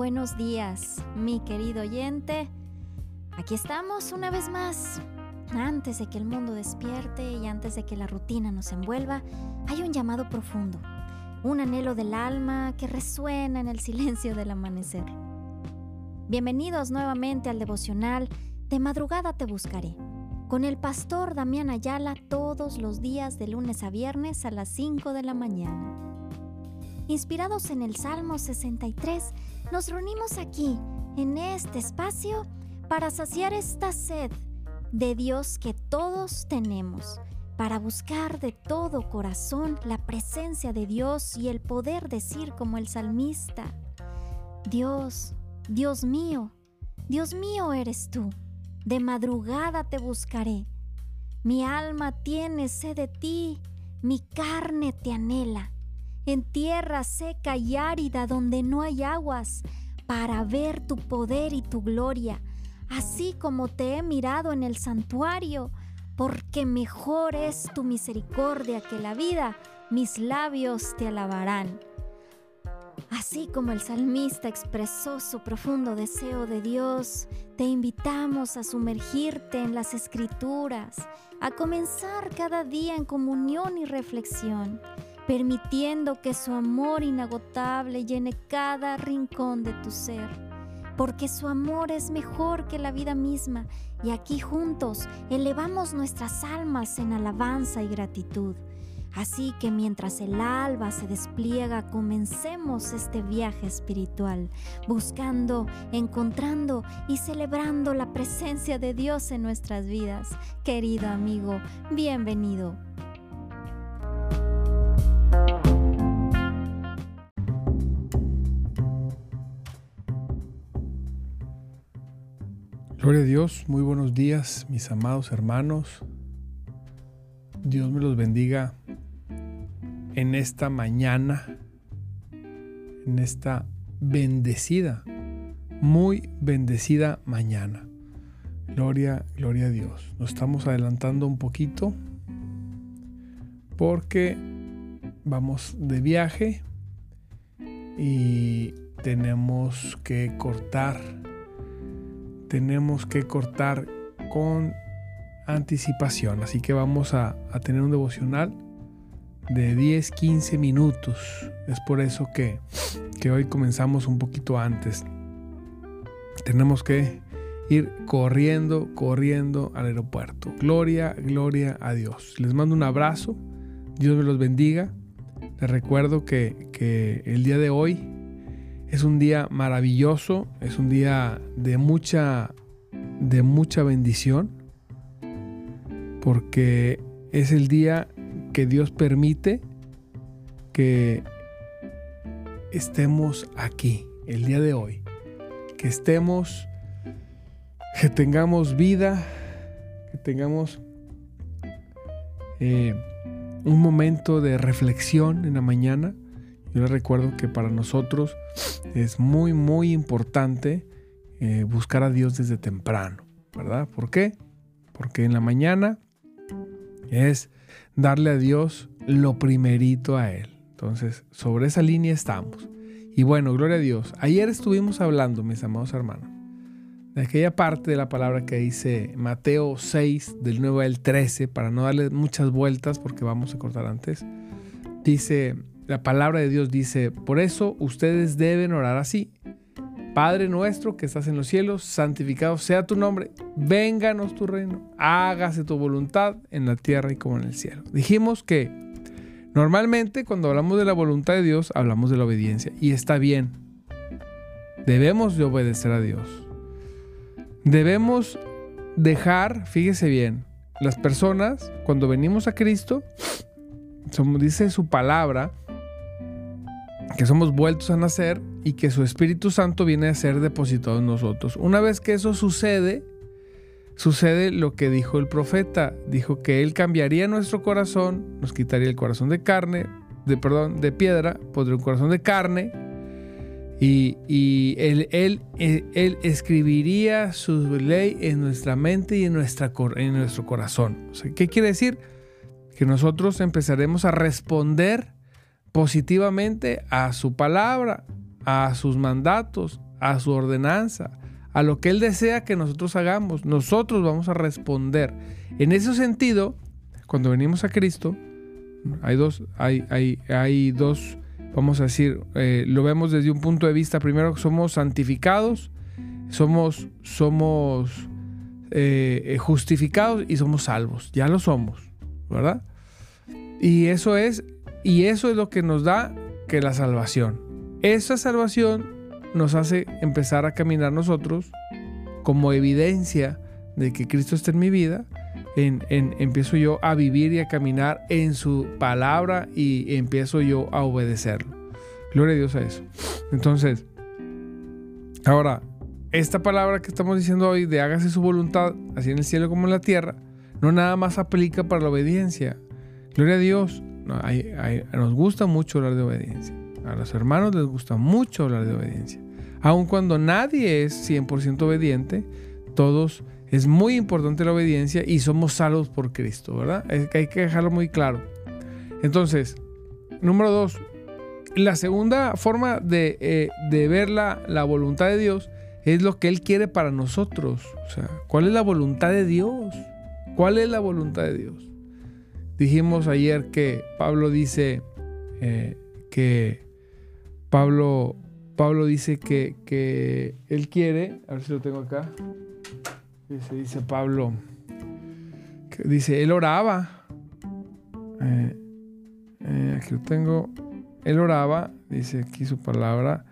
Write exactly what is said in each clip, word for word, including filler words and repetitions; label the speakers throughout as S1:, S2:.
S1: buenos días, mi querido oyente. Aquí estamos una vez más. Antes de que el mundo despierte y antes de que la rutina nos envuelva, hay un llamado profundo, un anhelo del alma que resuena en el silencio del amanecer. Bienvenidos nuevamente al devocional De Madrugada Te Buscaré, con el pastor Damián Ayala todos los días de lunes a viernes a las cinco de la mañana. Inspirados en el Salmo sesenta y tres, nos reunimos aquí, en este espacio, para saciar esta sed de Dios que todos tenemos, para buscar de todo corazón la presencia de Dios y el poder decir como el salmista: Dios, Dios mío, Dios mío eres tú, de madrugada te buscaré. Mi alma tiene sed de ti, mi carne te anhela, en tierra seca y árida donde no hay aguas, para ver tu poder y tu gloria, así como te he mirado en el santuario, porque mejor es tu misericordia que la vida, mis labios te alabarán. Así como el salmista expresó su profundo deseo de Dios, te invitamos a sumergirte en las Escrituras, a comenzar cada día en comunión y reflexión, permitiendo que su amor inagotable llene cada rincón de tu ser, porque su amor es mejor que la vida misma, y aquí juntos elevamos nuestras almas en alabanza y gratitud. Así que mientras el alba se despliega, comencemos este viaje espiritual, buscando, encontrando y celebrando la presencia de Dios en nuestras vidas. Querido amigo, bienvenido.
S2: Gloria a Dios, muy buenos días, mis amados hermanos. Dios me los bendiga en esta mañana, en esta bendecida, muy bendecida mañana. Gloria, gloria a Dios. Nos estamos adelantando un poquito porque vamos de viaje y tenemos que cortar, tenemos que cortar con anticipación. Así que vamos a, a tener un devocional de diez a quince minutos. Es por eso que, que hoy comenzamos un poquito antes. Tenemos que ir corriendo, corriendo al aeropuerto. Gloria, gloria a Dios. Les mando un abrazo. Dios me los bendiga. Les recuerdo que, que el día de hoy es un día maravilloso. Es un día de mucha, de mucha bendición. Porque es el día que Dios permite que estemos aquí el día de hoy, que estemos, que tengamos vida, que tengamos eh, un momento de reflexión en la mañana. Yo les recuerdo que para nosotros es muy muy importante eh, buscar a Dios desde temprano, ¿verdad? ¿Por qué? Porque en la mañana es darle a Dios lo primerito a Él. Entonces, sobre esa línea estamos. Y bueno, gloria a Dios. Ayer estuvimos hablando, mis amados hermanos, de aquella parte de la palabra que dice Mateo seis, del nueve al trece, para no darle muchas vueltas porque vamos a cortar antes. Dice, la palabra de Dios dice: por eso ustedes deben orar así: Padre nuestro que estás en los cielos, santificado sea tu nombre, vénganos tu reino, hágase tu voluntad en la tierra y como en el cielo. Dijimos que normalmente cuando hablamos de la voluntad de Dios, hablamos de la obediencia, y está bien. Debemos de obedecer a Dios. Debemos dejar, fíjese bien, las personas cuando venimos a Cristo, como dice su palabra, que somos vueltos a nacer y que su Espíritu Santo viene a ser depositado en nosotros. Una vez que eso sucede, sucede lo que dijo el profeta. Dijo que Él cambiaría nuestro corazón, nos quitaría el corazón de carne, de, perdón, de piedra, pondría un corazón de carne, y, y él, él, él, él escribiría su ley en nuestra mente y en, nuestra, en nuestro corazón. O sea, ¿qué quiere decir? Que nosotros empezaremos a responder positivamente a su palabra, a sus mandatos, a su ordenanza, a lo que Él desea que nosotros hagamos. Nosotros vamos a responder. En ese sentido, cuando venimos a Cristo, hay dos, hay, hay, hay dos, vamos a decir, eh, lo vemos desde un punto de vista, primero que somos santificados, somos, somos eh, justificados y somos salvos. Ya lo somos, ¿verdad? Y eso es, y eso es lo que nos da que la salvación. Esa salvación nos hace empezar a caminar nosotros como evidencia de que Cristo está en mi vida. En, en, empiezo yo a vivir y a caminar en su palabra y empiezo yo a obedecerlo. Gloria a Dios a eso. Entonces, ahora, esta palabra que estamos diciendo hoy de hágase su voluntad, así en el cielo como en la tierra, no nada más aplica para la obediencia. Gloria a Dios. No, hay, hay, nos gusta mucho hablar de obediencia. A los hermanos les gusta mucho hablar de obediencia. Aun cuando nadie es cien por ciento obediente, todos es muy importante la obediencia y somos salvos por Cristo, ¿verdad? Es que hay que dejarlo muy claro. Entonces, número dos, la segunda forma de, eh, de ver la, la voluntad de Dios es lo que Él quiere para nosotros. O sea, ¿cuál es la voluntad de Dios? ¿Cuál es la voluntad de Dios? Dijimos ayer que Pablo dice eh, que Pablo, Pablo dice que, que Él quiere, a ver si lo tengo acá. Dice, dice Pablo, que dice, él oraba, eh, eh, aquí lo tengo, él oraba, dice aquí su palabra,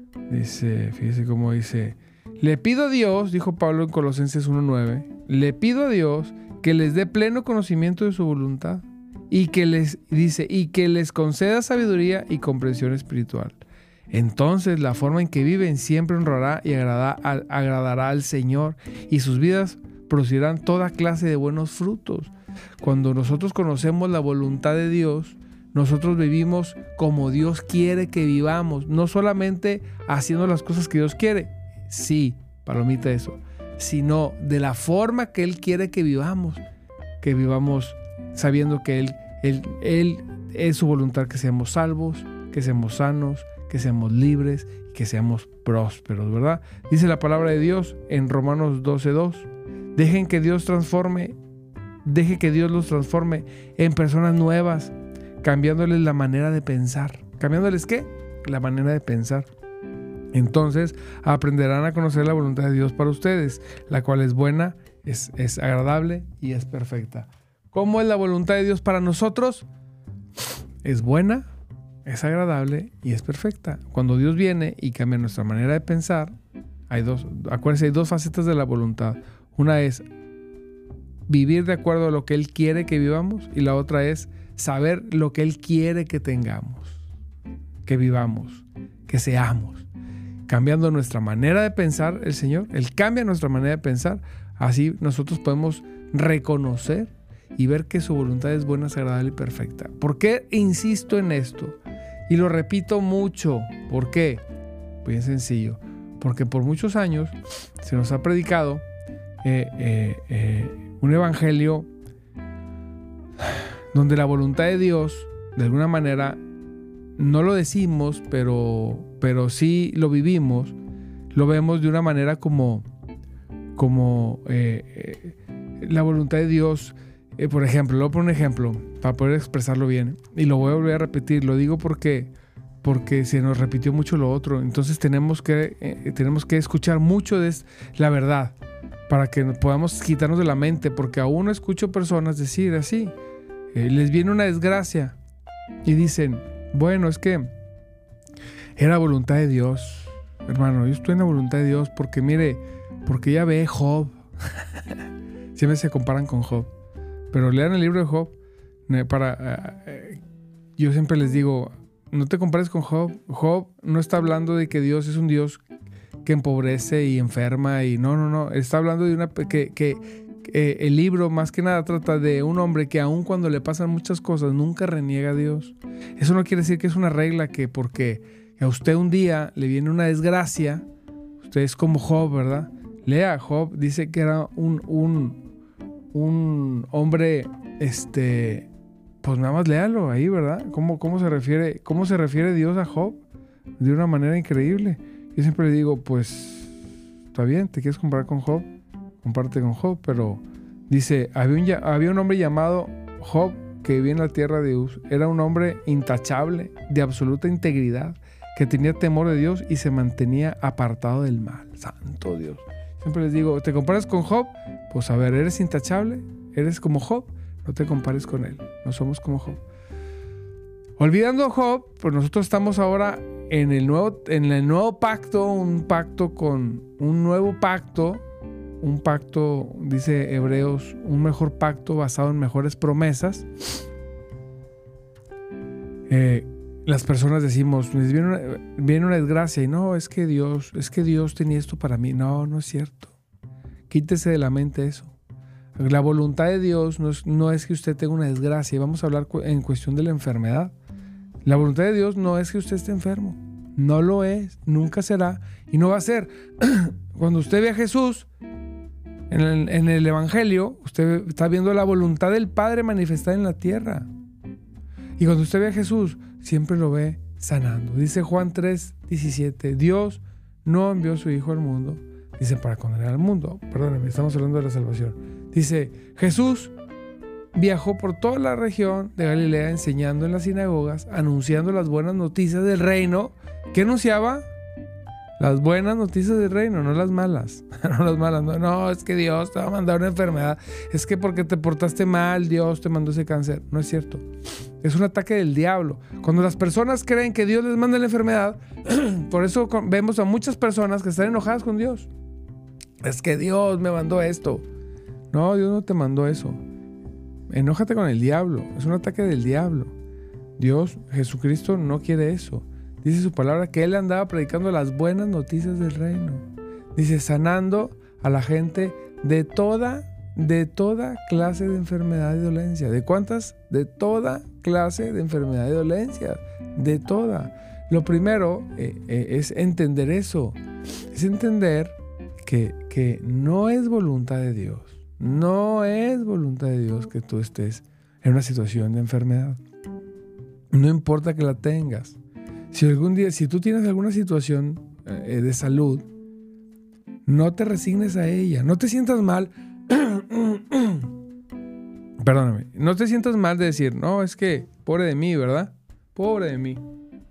S2: dice, fíjese cómo dice, le pido a Dios, dijo Pablo en Colosenses uno nueve, le pido a Dios que les dé pleno conocimiento de su voluntad y que les, dice, y que les conceda sabiduría y comprensión espiritual. Entonces la forma en que viven siempre honrará y agradará al, agradará al Señor y sus vidas producirán toda clase de buenos frutos. Cuando nosotros conocemos la voluntad de Dios, nosotros vivimos como Dios quiere que vivamos, no solamente haciendo las cosas que Dios quiere, sí, palomita eso, sino de la forma que Él quiere que vivamos, que vivamos sabiendo que Él, Él, Él es su voluntad, que seamos salvos, que seamos sanos, que seamos libres y que seamos prósperos, ¿verdad? Dice la palabra de Dios en Romanos doce dos. Dejen que Dios transforme, deje que Dios los transforme en personas nuevas, cambiándoles la manera de pensar. ¿Cambiándoles qué? La manera de pensar. Entonces aprenderán a conocer la voluntad de Dios para ustedes, la cual es buena, es, es agradable y es perfecta. ¿Cómo es la voluntad de Dios para nosotros? Es buena, es agradable y es perfecta. Cuando Dios viene y cambia nuestra manera de pensar, hay dos, acuérdense, hay dos facetas de la voluntad. Una es vivir de acuerdo a lo que Él quiere que vivamos y la otra es saber lo que Él quiere que tengamos, que vivamos, que seamos. Cambiando nuestra manera de pensar, el Señor, Él cambia nuestra manera de pensar. Así nosotros podemos reconocer y ver que su voluntad es buena, agradable y perfecta. ¿Por qué insisto en esto? Y lo repito mucho. ¿Por qué? Bien sencillo. Porque por muchos años se nos ha predicado eh, eh, eh, un evangelio donde la voluntad de Dios, de alguna manera, no lo decimos, pero, pero sí lo vivimos. Lo vemos de una manera como, como eh, eh, la voluntad de Dios. Eh, por ejemplo, lo voy a poner un ejemplo para poder expresarlo bien. Y lo voy a volver a repetir. Lo digo porque, porque se nos repitió mucho lo otro. Entonces tenemos que, eh, tenemos que escuchar mucho de la verdad para que podamos quitarnos de la mente. Porque aún no escucho personas decir así. Eh, les viene una desgracia y dicen, bueno, es que era voluntad de Dios. Hermano, yo estoy en la voluntad de Dios porque mire, porque ya ve Job. Siempre se comparan con Job. Pero lean el libro de Job. Para, uh, yo siempre les digo, no te compares con Job. Job no está hablando de que Dios es un Dios que empobrece y enferma. Y no, no, no. Está hablando de una que, que, que el libro más que nada trata de un hombre que aun cuando le pasan muchas cosas, nunca reniega a Dios. Eso no quiere decir que es una regla que porque a usted un día le viene una desgracia, usted es como Job, ¿verdad? Lea, Job dice que era un... un un hombre, este, pues nada más léalo ahí, ¿verdad? ¿Cómo, cómo se refiere, cómo se refiere Dios a Job? De una manera increíble. Yo siempre le digo, pues, está bien, te quieres comparar con Job, comparte con Job, pero dice, había un, había un hombre llamado Job que vivía en la tierra de Uz. Era un hombre intachable, de absoluta integridad, que tenía temor de Dios y se mantenía apartado del mal. Santo Dios. Siempre les digo, ¿te comparas con Job? Pues a ver, ¿eres intachable? ¿Eres como Job? No te compares con él. No somos como Job. Olvidando a Job, pues nosotros estamos ahora en el nuevo, en el nuevo pacto, un pacto con un nuevo pacto, un pacto, dice Hebreos, un mejor pacto basado en mejores promesas. Eh, las personas decimos, viene una, viene una desgracia y no, es que Dios, es que Dios tenía esto para mí. No, no es cierto. Quítese de la mente eso. La voluntad de Dios no es, no es que usted tenga una desgracia. Vamos a hablar en cuestión de la enfermedad. La voluntad de Dios no es que usted esté enfermo. No lo es, nunca será y no va a ser. Cuando usted ve a Jesús en el, en el Evangelio, usted está viendo la voluntad del Padre manifestada en la tierra. Y cuando usted ve a Jesús, siempre lo ve sanando. Dice Juan tres diecisiete, Dios no envió a su Hijo al mundo, dice, para condenar al mundo. Perdónenme, estamos hablando de la salvación. Dice, Jesús viajó por toda la región de Galilea enseñando en las sinagogas, anunciando las buenas noticias del reino. ¿Qué anunciaba? Las buenas noticias del reino, no las malas. No las malas. No, no, es que Dios te va a mandar una enfermedad. Es que porque te portaste mal, Dios te mandó ese cáncer. No es cierto. Es un ataque del diablo. Cuando las personas creen que Dios les manda la enfermedad, por eso vemos a muchas personas que están enojadas con Dios. Es que Dios me mandó esto. No, Dios no te mandó eso. Enójate con el diablo. Es un ataque del diablo. Dios, Jesucristo, no quiere eso. Dice su palabra que Él andaba predicando las buenas noticias del reino. Dice, sanando a la gente de toda, de toda clase de enfermedad y dolencia. ¿De cuántas? De toda clase de enfermedad y dolencia. De toda. Lo primero eh, eh, es entender eso. Es entender que, que no es voluntad de Dios. No es voluntad de Dios que tú estés en una situación de enfermedad. No importa que la tengas. Si algún día, si tú tienes alguna situación eh, de salud, no te resignes a ella. No te sientas mal. Perdóname. No te sientas mal de decir, no, es que pobre de mí, ¿verdad? Pobre de mí.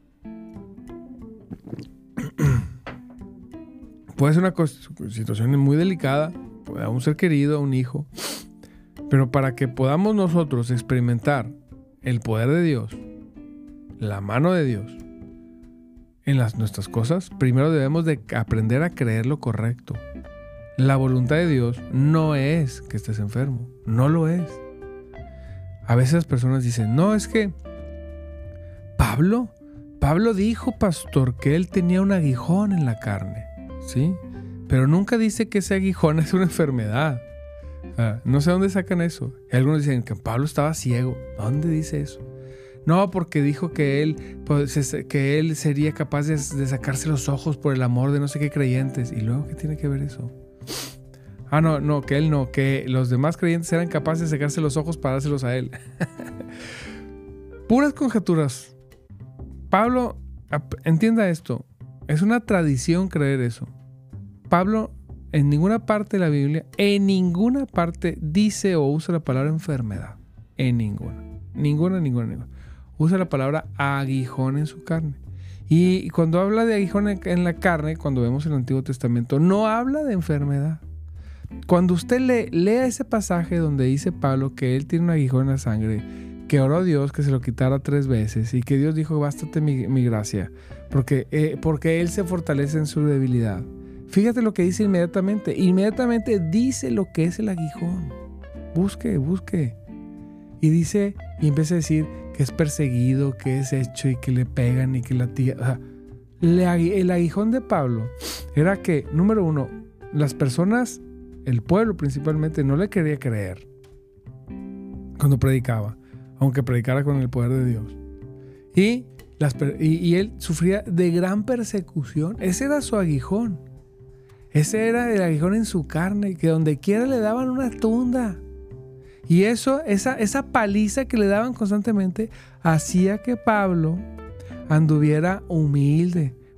S2: Puede ser una situación muy delicada, a un ser querido, a un hijo, pero para que podamos nosotros experimentar el poder de Dios, la mano de Dios en las, nuestras cosas, primero debemos de aprender a creer lo correcto. La voluntad de Dios no es que estés enfermo, no lo es. A veces las personas dicen, no, es que Pablo, Pablo dijo, pastor, que él tenía un aguijón en la carne, ¿sí? Pero nunca dice que ese aguijón es una enfermedad. Ah, no sé dónde sacan eso. Y algunos dicen que Pablo estaba ciego. ¿Dónde dice eso? No, porque dijo que él, pues, que él sería capaz de, de sacarse los ojos por el amor de no sé qué creyentes. ¿Y luego qué tiene que ver eso? Ah, no, no, que él no, que los demás creyentes eran capaces de sacarse los ojos para dárselos a él. Puras conjeturas. Pablo, entienda esto, es una tradición creer eso. Pablo en ninguna parte de la Biblia, en ninguna parte dice o usa la palabra enfermedad. En ninguna. Ninguna, ninguna, ninguna. Usa la palabra aguijón en su carne. Y cuando habla de aguijón en la carne, cuando vemos el Antiguo Testamento, no habla de enfermedad. Cuando usted lee, lea ese pasaje donde dice Pablo que él tiene un aguijón en la sangre, que oró a Dios que se lo quitara tres veces y que Dios dijo, bástate mi, mi gracia, porque, eh, porque él se fortalece en su debilidad. Fíjate lo que dice inmediatamente. Inmediatamente dice lo que es el aguijón. Busque, busque. Y dice, y empieza a decir que es perseguido, que es hecho y que le pegan y que la tía. O sea, le, el aguijón de Pablo era que, número uno, las personas, el pueblo principalmente, no le quería creer cuando predicaba, aunque predicara con el poder de Dios. Y, las, y, y él sufría de gran persecución. Ese era su aguijón. Ese era el aguijón en su carne, que donde quiera le daban una tunda. Y eso, esa, esa paliza que le daban constantemente, hacía que Pablo anduviera humilde.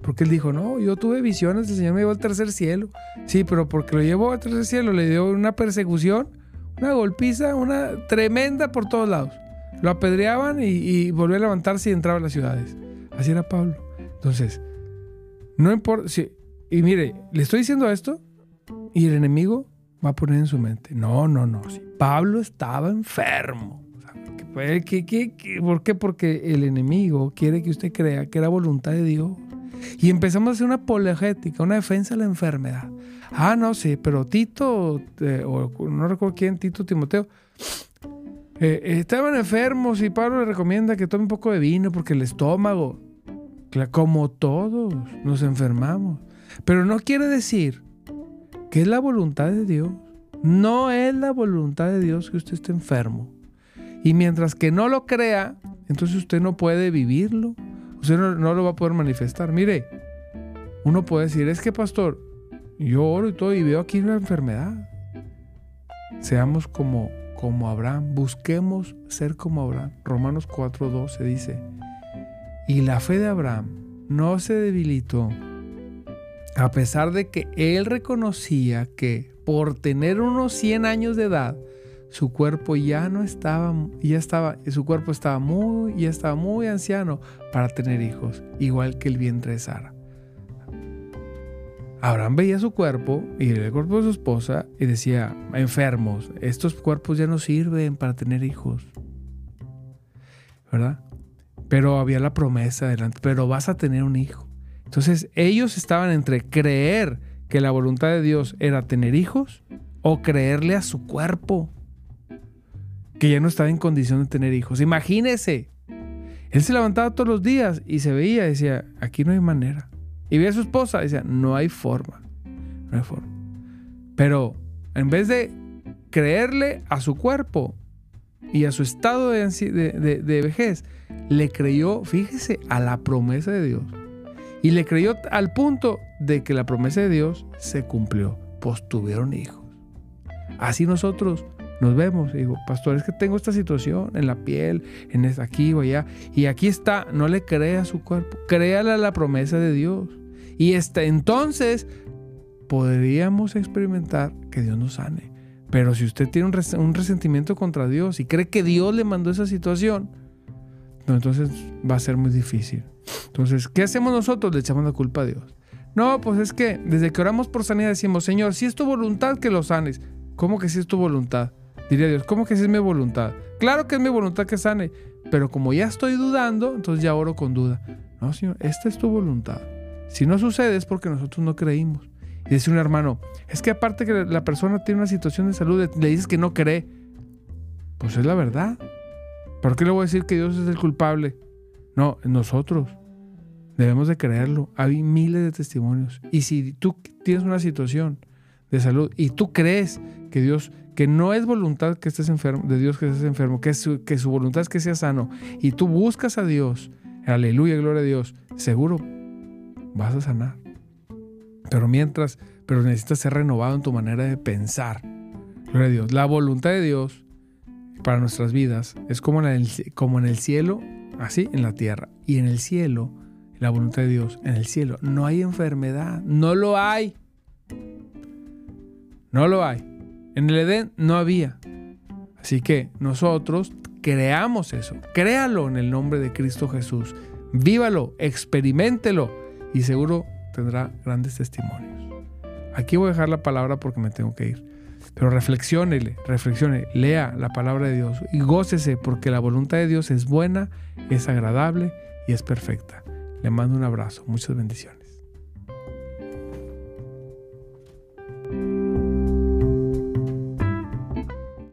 S2: Porque él dijo, no, yo tuve visiones, el Señor me llevó al tercer cielo. Sí, pero porque lo llevó al tercer cielo, le dio una persecución, una golpiza, una tremenda por todos lados. Lo apedreaban y, y volvió a levantarse y entraba a las ciudades. Así era Pablo. Entonces, no importa. Si, y mire, le estoy diciendo esto y el enemigo va a poner en su mente. No, no, no. Si Pablo estaba enfermo. ¿Qué, qué, qué, qué? ¿Por qué? Porque el enemigo quiere que usted crea que era voluntad de Dios. Y empezamos a hacer una apologética, una defensa de la enfermedad. Ah, no sé, pero Tito, eh, o no recuerdo quién, Tito, Timoteo, eh, estaban enfermos y Pablo le recomienda que tome un poco de vino porque el estómago, como todos, nos enfermamos. Pero no quiere decir que es la voluntad de Dios. No es la voluntad de Dios que usted esté enfermo. Y mientras que no lo crea, entonces usted no puede vivirlo. Usted no, no lo va a poder manifestar. Mire, uno puede decir, es que pastor, yo oro y todo y veo aquí una enfermedad. Seamos como, como Abraham, busquemos ser como Abraham. Romanos cuatro doce dice, y la fe de Abraham no se debilitó a pesar de que él reconocía que por tener unos cien años de edad, su cuerpo ya no estaba, ya estaba, su cuerpo estaba muy, ya estaba muy anciano para tener hijos, igual que el vientre de Sara. Abraham veía su cuerpo y el cuerpo de su esposa y decía, enfermos, estos cuerpos ya no sirven para tener hijos, ¿verdad? Pero había la promesa adelante, pero vas a tener un hijo. Entonces ellos estaban entre creer que la voluntad de Dios era tener hijos o creerle a su cuerpo que ya no estaba en condición de tener hijos. Imagínese, él se levantaba todos los días y se veía y decía, aquí no hay manera. Y veía a su esposa y decía, no hay forma, no hay forma. Pero en vez de creerle a su cuerpo y a su estado de, de, de, de vejez, le creyó, fíjese, a la promesa de Dios. Y le creyó al punto de que la promesa de Dios se cumplió, pues tuvieron hijos. Así nosotros nos vemos y digo, pastor, es que tengo esta situación en la piel, en esta, aquí o allá, y aquí está. No le crea a su cuerpo, créale a la promesa de Dios. Y hasta entonces podríamos experimentar que Dios nos sane. Pero si usted tiene un, res- un resentimiento contra Dios y cree que Dios le mandó esa situación, no, entonces va a ser muy difícil. Entonces, ¿qué hacemos nosotros? Le echamos la culpa a Dios. No, pues es que desde que oramos por sanidad decimos, Señor, si es tu voluntad que lo sanes. ¿Cómo que si es tu voluntad? Diría Dios, ¿cómo que si es mi voluntad? Claro que es mi voluntad que sane, pero como ya estoy dudando, entonces ya oro con duda. No, Señor, esta es tu voluntad. Si no sucede es porque nosotros no creímos. Y dice un hermano, es que aparte que la persona tiene una situación de salud, le dices que no cree. Pues es la verdad. ¿Por qué le voy a decir que Dios es el culpable? No, nosotros debemos de creerlo. Hay miles de testimonios. Y si tú tienes una situación de salud y tú crees que Dios, que no es voluntad que estés enfermo, de Dios que estés enfermo, que, es su, que su voluntad es que seas sano, y tú buscas a Dios, aleluya, gloria a Dios, seguro vas a sanar. Pero mientras, pero necesitas ser renovado en tu manera de pensar. Gloria a Dios. La voluntad de Dios para nuestras vidas es como en el, como en el cielo, así en la tierra. Y en el cielo, la voluntad de Dios, en el cielo, no hay enfermedad, no lo hay. No lo hay. En el Edén no había. Así que nosotros creamos eso. Créalo en el nombre de Cristo Jesús. Vívalo, experiméntelo y seguro tendrá grandes testimonios. Aquí voy a dejar la palabra porque me tengo que ir. Pero reflexiónele, reflexione, lea la palabra de Dios y gócese porque la voluntad de Dios es buena, es agradable y es perfecta. Le mando un abrazo. Muchas bendiciones.